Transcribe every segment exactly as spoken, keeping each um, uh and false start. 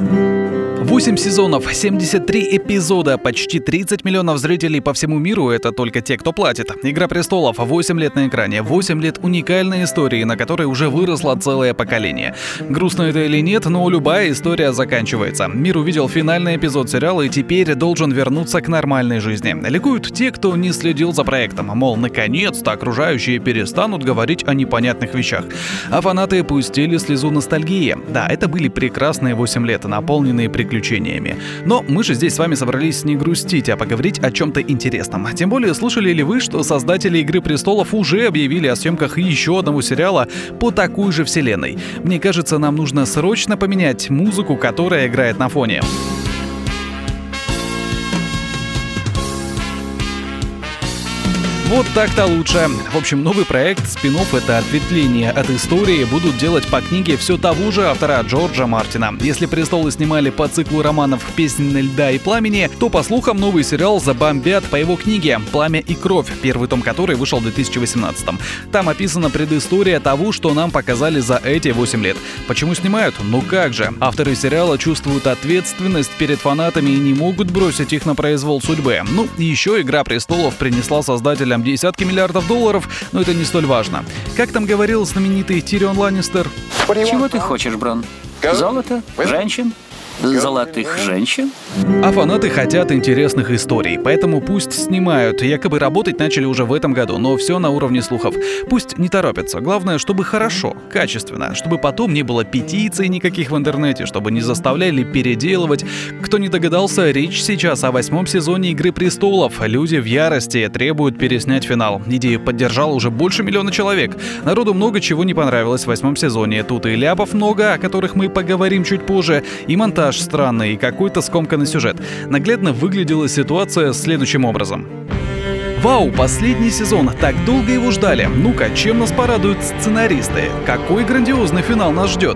восемь сезонов, семьдесят три эпизода, почти тридцать миллионов зрителей по всему миру — это только те, кто платит. «Игра престолов» — восемь лет на экране, восемь лет уникальной истории, на которой уже выросло целое поколение. Грустно это или нет, но любая история заканчивается. Мир увидел финальный эпизод сериала и теперь должен вернуться к нормальной жизни. Ликуют те, кто не следил за проектом, мол, наконец-то окружающие перестанут говорить о непонятных вещах. А фанаты пустили слезу ностальгии. Да, это были прекрасные восемь лет, наполненные приключениями. Но мы же здесь с вами собрались не грустить, а поговорить о чем-то интересном. Тем более, слышали ли вы, что создатели «Игры престолов» уже объявили о съемках еще одного сериала по такой же вселенной? Мне кажется, нам нужно срочно поменять музыку, которая играет на фоне. Вот так-то лучше. В общем, новый проект спин-офф — это ответвление от истории, будут делать по книге все того же автора Джорджа Мартина. Если «Престолы» снимали по циклу романов «Песнь льда и пламени», то, по слухам, новый сериал забомбят по его книге «Пламя и кровь», первый том которой вышел в две тысячи восемнадцатом. Там описана предыстория того, что нам показали за эти восемь лет. Почему снимают? Ну как же. Авторы сериала чувствуют ответственность перед фанатами и не могут бросить их на произвол судьбы. Ну и еще «Игра престолов» принесла создателям десятки миллиардов долларов, но это не столь важно. Как там говорил знаменитый Тирион Ланнистер? Чего ты хочешь, Брон? Золото? Женщин? Золотых женщин? А фанаты хотят интересных историй, поэтому пусть снимают. Якобы работать начали уже в этом году, но все на уровне слухов. Пусть не торопятся. Главное, чтобы хорошо, качественно, чтобы потом не было петиций никаких в интернете, чтобы не заставляли переделывать. Кто не догадался, речь сейчас о восьмом сезоне «Игры престолов». Люди в ярости требуют переснять финал. Идею поддержало уже больше миллиона человек. Народу много чего не понравилось в восьмом сезоне. Тут и ляпов много, о которых мы поговорим чуть позже, и монтаж странный, и какой-то скомканный сюжет. Наглядно выглядела ситуация следующим образом. Вау, последний сезон, так долго его ждали. Ну-ка, чем нас порадуют сценаристы? Какой грандиозный финал нас ждет?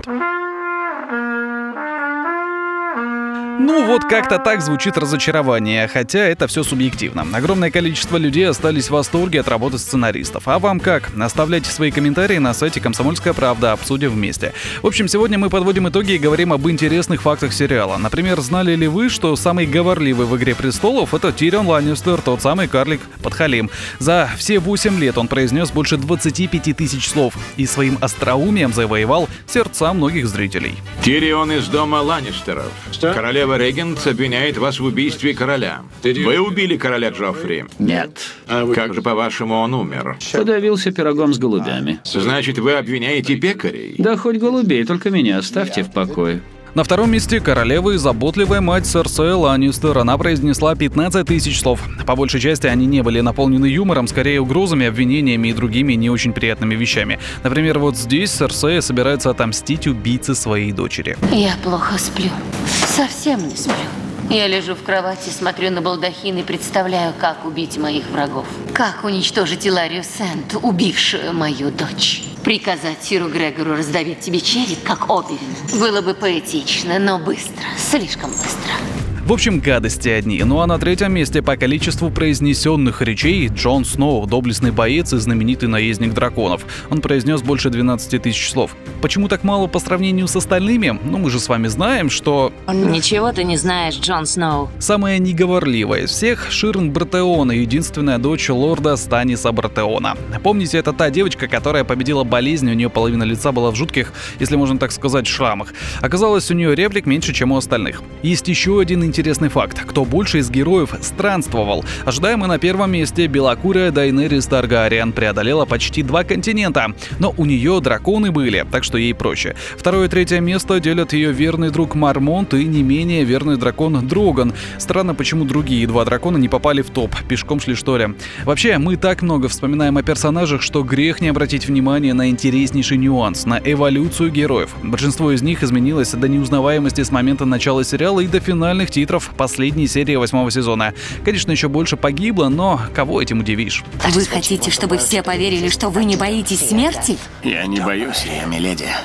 Ну вот как-то так звучит разочарование, хотя это все субъективно. Огромное количество людей остались в восторге от работы сценаристов. А вам как? Оставляйте свои комментарии на сайте «Комсомольская правда», обсудим вместе. В общем, сегодня мы подводим итоги и говорим об интересных фактах сериала. Например, знали ли вы, что самый говорливый в «Игре престолов» — это Тирион Ланнистер, тот самый карлик-подхалим. За все восемь лет он произнес больше двадцати пяти тысяч слов и своим остроумием завоевал сердца многих зрителей. Тирион из дома Ланнистеров. Что? Королева Регент обвиняет вас в убийстве короля. Вы убили короля Джоффри? Нет. Как же, по-вашему, он умер? Подавился пирогом с голубями. Значит, вы обвиняете пекарей? Да хоть голубей, только меня оставьте в покое. На втором месте королева и заботливая мать Серсея Ланнистер. Она произнесла пятнадцать тысяч слов. По большей части они не были наполнены юмором, скорее угрозами, обвинениями и другими не очень приятными вещами. Например, вот здесь Серсея собирается отомстить убийце своей дочери. Я плохо сплю. Совсем не сплю. Я лежу в кровати, смотрю на балдахин и представляю, как убить моих врагов. Как уничтожить Иларию Сент, убившую мою дочь. Приказать Сиру Грегору раздавить тебе череп, как Оберин. Было бы поэтично, но быстро, слишком быстро. В общем, гадости одни. Ну а на третьем месте по количеству произнесенных речей Джон Сноу, доблестный боец и знаменитый наездник драконов. Он произнес больше двенадцати тысяч слов. Почему так мало по сравнению с остальными? Ну мы же с вами знаем, что... Ничего ты не знаешь, Джон Сноу. Самая неговорливая из всех — Ширн Бартеона, единственная дочь лорда Станниса Бартеона. Помните, это та девочка, которая победила болезнь, у нее половина лица была в жутких, если можно так сказать, шрамах. Оказалось, у нее реплик меньше, чем у остальных. Есть еще один интересный Интересный факт. Кто больше из героев странствовал? Ожидаемо на первом месте белокурая Дайнерис Таргариен преодолела почти два континента. Но у нее драконы были, так что ей проще. Второе и третье место делят ее верный друг Мармонт и не менее верный дракон Дроган. Странно, почему другие два дракона не попали в топ. Пешком шли, что ли? Вообще, мы так много вспоминаем о персонажах, что грех не обратить внимание на интереснейший нюанс, на эволюцию героев. Большинство из них изменилось до неузнаваемости с момента начала сериала и до финальных титров последней серии восьмого сезона. Конечно, еще больше погибло, но кого этим удивишь? Вы хотите, чтобы все поверили, что вы не боитесь смерти? Я не боюсь ее, миледи.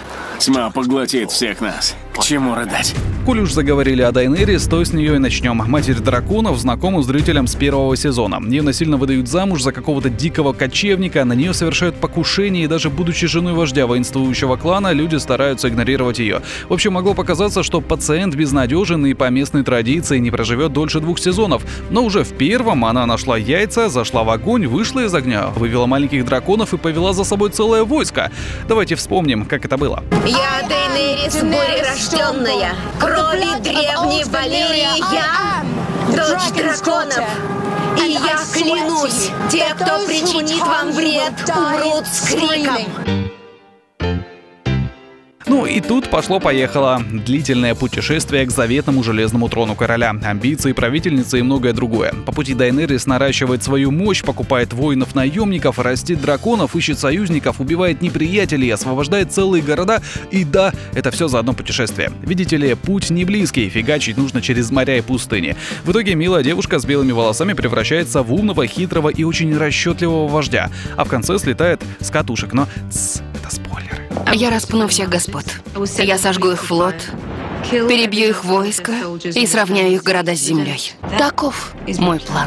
Тьма поглотит всех нас. К чему рыдать? Коль уж заговорили о Дайнерис, то с нее и начнем. Матерь драконов знакома зрителям с первого сезона. Ее насильно выдают замуж за какого-то дикого кочевника, на нее совершают покушение, и даже будучи женой вождя воинствующего клана, люди стараются игнорировать ее. В общем, могло показаться, что пациент безнадежен и по местной традиции не проживет дольше двух сезонов. Но уже в первом она нашла яйца, зашла в огонь, вышла из огня, вывела маленьких драконов и повела за собой целое войско. Давайте вспомним, как это было. Я Дейнерис, бурерожденная, крови древней Валерии, я дочь драконов. И я клянусь, те, кто причинит вам вред, умрут с криком. Ну и тут пошло-поехало. Длительное путешествие к заветному железному трону короля, амбиции правительницы и многое другое. По пути Дайнерис наращивает свою мощь, покупает воинов-наемников, растит драконов, ищет союзников, убивает неприятелей, освобождает целые города. И да, это все за одно путешествие. Видите ли, путь не близкий, фигачить нужно через моря и пустыни. В итоге милая девушка с белыми волосами превращается в умного, хитрого и очень расчетливого вождя. А в конце слетает с катушек. Но тс, это спойлеры. Я распну всех господ. Я сожгу их флот, перебью их войско и сравняю их города с землей. Таков мой план.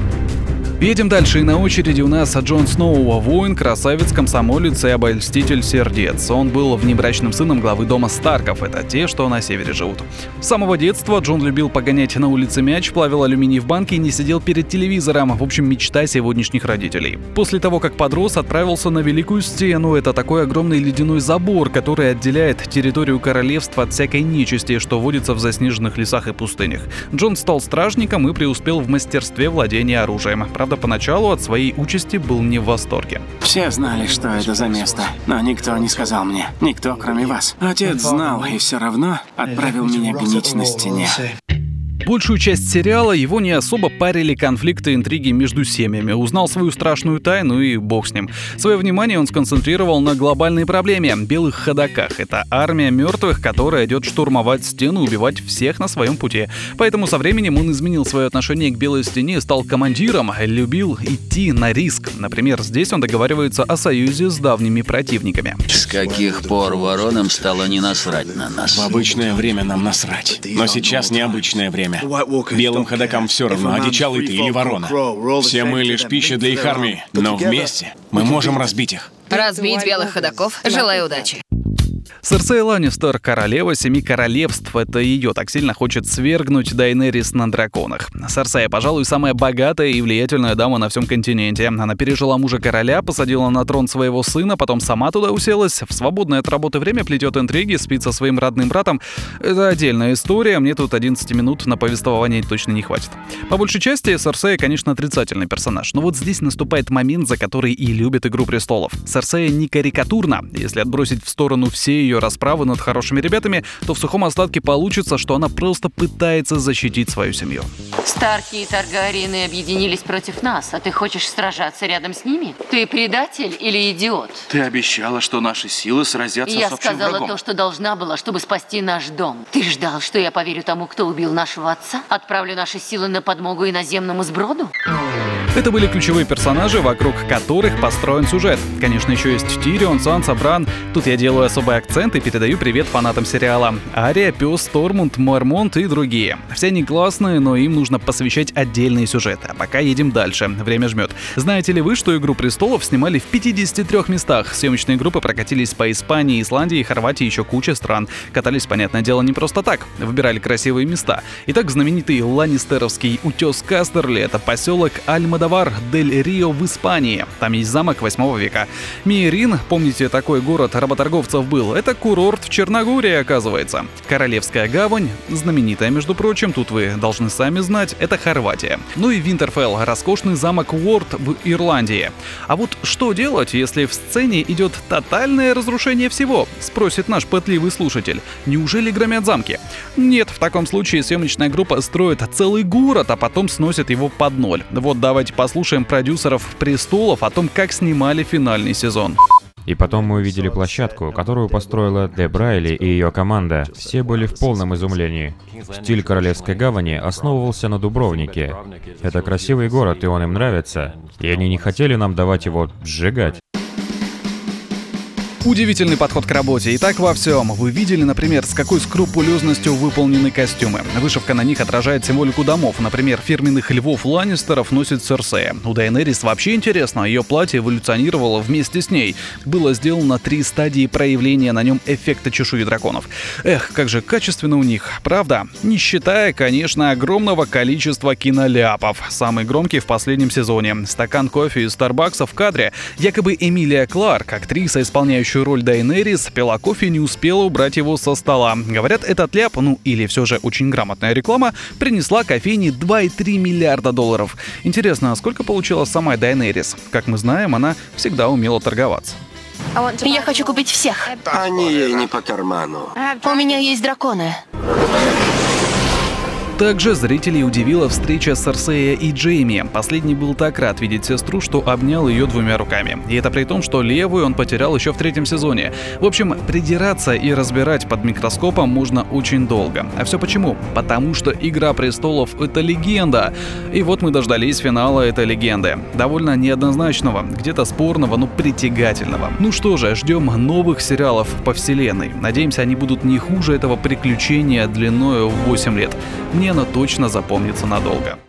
Едем дальше, и на очереди у нас Джон Сноу, воин, красавец, комсомолец и обольститель сердец. Он был внебрачным сыном главы дома Старков, это те, что на севере живут. С самого детства Джон любил погонять на улице мяч, плавил алюминий в банке и не сидел перед телевизором. В общем, мечта сегодняшних родителей. После того, как подрос, отправился на Великую Стену. Это такой огромный ледяной забор, который отделяет территорию королевства от всякой нечисти, что водится в заснеженных лесах и пустынях. Джон стал стражником и преуспел в мастерстве владения оружием. Правда, поначалу от своей участи был не в восторге. Все знали, что это за место, но никто не сказал мне. Никто, кроме вас. Отец знал и все равно отправил меня гнить на стене. Большую часть сериала его не особо парили конфликты и интриги между семьями. Узнал свою страшную тайну и бог с ним. Свое внимание он сконцентрировал на глобальной проблеме – белых ходоках. Это армия мертвых, которая идет штурмовать стену и убивать всех на своем пути. Поэтому со временем он изменил свое отношение к белой стене и стал командиром, любил идти на риск. Например, здесь он договаривается о союзе с давними противниками. С каких пор воронам стало не насрать на нас? В обычное время нам насрать, но сейчас необычное время. Белым ходокам все равно, одичалый ты или ворона. Все мы лишь пища для их армии, но вместе мы можем разбить их. Разбить белых ходоков? Желаю удачи. Серсей Ланнистер, королева семи королевств, это ее так сильно хочет свергнуть Дайнерис на драконах. Серсея, пожалуй, самая богатая и влиятельная дама на всем континенте. Она пережила мужа короля, посадила на трон своего сына, потом сама туда уселась, в свободное от работы время плетет интриги, спит со своим родным братом. Это отдельная история, мне тут одиннадцать минут на повествование точно не хватит. По большей части Серсея, конечно, отрицательный персонаж, но вот здесь наступает момент, за который и любят «Игру престолов». Серсея не карикатурна. Если отбросить в сторону все ее расправы над хорошими ребятами, то в сухом остатке получится, что она просто пытается защитить свою семью. Старки и Таргариены объединились против нас, а ты хочешь сражаться рядом с ними? Ты предатель или идиот? Ты обещала, что наши силы сразятся Я с общим сказала врагом. то, что должна была, чтобы спасти наш дом. Ты ждал, что я поверю тому, кто убил нашего отца? Отправлю наши силы на подмогу иноземному сброду? Это были ключевые персонажи, вокруг которых построен сюжет. Конечно, еще есть Тирион, Санса, Бран. Тут я делаю особый акцент и передаю привет фанатам сериала. Ария, Пес, Тормунд, Мормонт и другие. Все они классные, но им нужно посвящать отдельные сюжеты. А пока едем дальше. Время жмет. Знаете ли вы, что «Игру престолов» снимали в пятидесяти трёх местах? Съемочные группы прокатились по Испании, Исландии, Хорватии и еще куча стран. Катались, понятное дело, не просто так. Выбирали красивые места. Итак, знаменитый ланнистеровский утес Кастерли — это поселок Альмодовар-дель-Рио в Испании. Там есть замок восьмого века. Мейрин, помните, такой город работорговцев был, это курорт в Черногории, оказывается. Королевская гавань, знаменитая, между прочим, тут вы должны сами знать, это Хорватия. Ну и Винтерфелл, роскошный замок Уорд в Ирландии. А вот что делать, если в сцене идет тотальное разрушение всего? Спросит наш пытливый слушатель. Неужели громят замки? Нет, в таком случае съемочная группа строит целый город, а потом сносит его под ноль. Вот давайте послушаем продюсеров «Престолов» о том, как снимали финальный сезон. И потом мы увидели площадку, которую построила Деб Райли и ее команда. Все были в полном изумлении. Стиль Королевской гавани основывался на Дубровнике. Это красивый город, и он им нравится. И они не хотели нам давать его сжигать. Удивительный подход к работе. И так во всем. Вы видели, например, с какой скрупулезностью выполнены костюмы. Вышивка на них отражает символику домов. Например, фирменных львов Ланнистеров носит Серсея. У Дейенерис вообще интересно. Ее платье эволюционировало вместе с ней. Было сделано три стадии проявления на нем эффекта чешуи драконов. Эх, как же качественно у них. Правда? Не считая, конечно, огромного количества киноляпов. Самый громкий в последнем сезоне. Стакан кофе из Старбакса в кадре. Якобы Эмилия Кларк, актриса, исполняющая роль Дейенерис, пила кофе и не успела убрать его со стола. Говорят, этот ляп, ну или все же очень грамотная реклама, принесла кофейне два и три миллиарда долларов. Интересно, а сколько получила сама Дейенерис? Как мы знаем, она всегда умела торговаться. Я хочу купить всех. Они ей не по карману. У меня есть драконы. Также зрителей удивила встреча Серсея и Джейми. Последний был так рад видеть сестру, что обнял ее двумя руками. И это при том, что левую он потерял еще в третьем сезоне. В общем, придираться и разбирать под микроскопом можно очень долго. А все почему? Потому что «Игра престолов» — это легенда. И вот мы дождались финала этой легенды. Довольно неоднозначного, где-то спорного, но притягательного. Ну что же, ждем новых сериалов по вселенной. Надеемся, они будут не хуже этого приключения длиною в восемь лет. Мне оно точно запомнится надолго.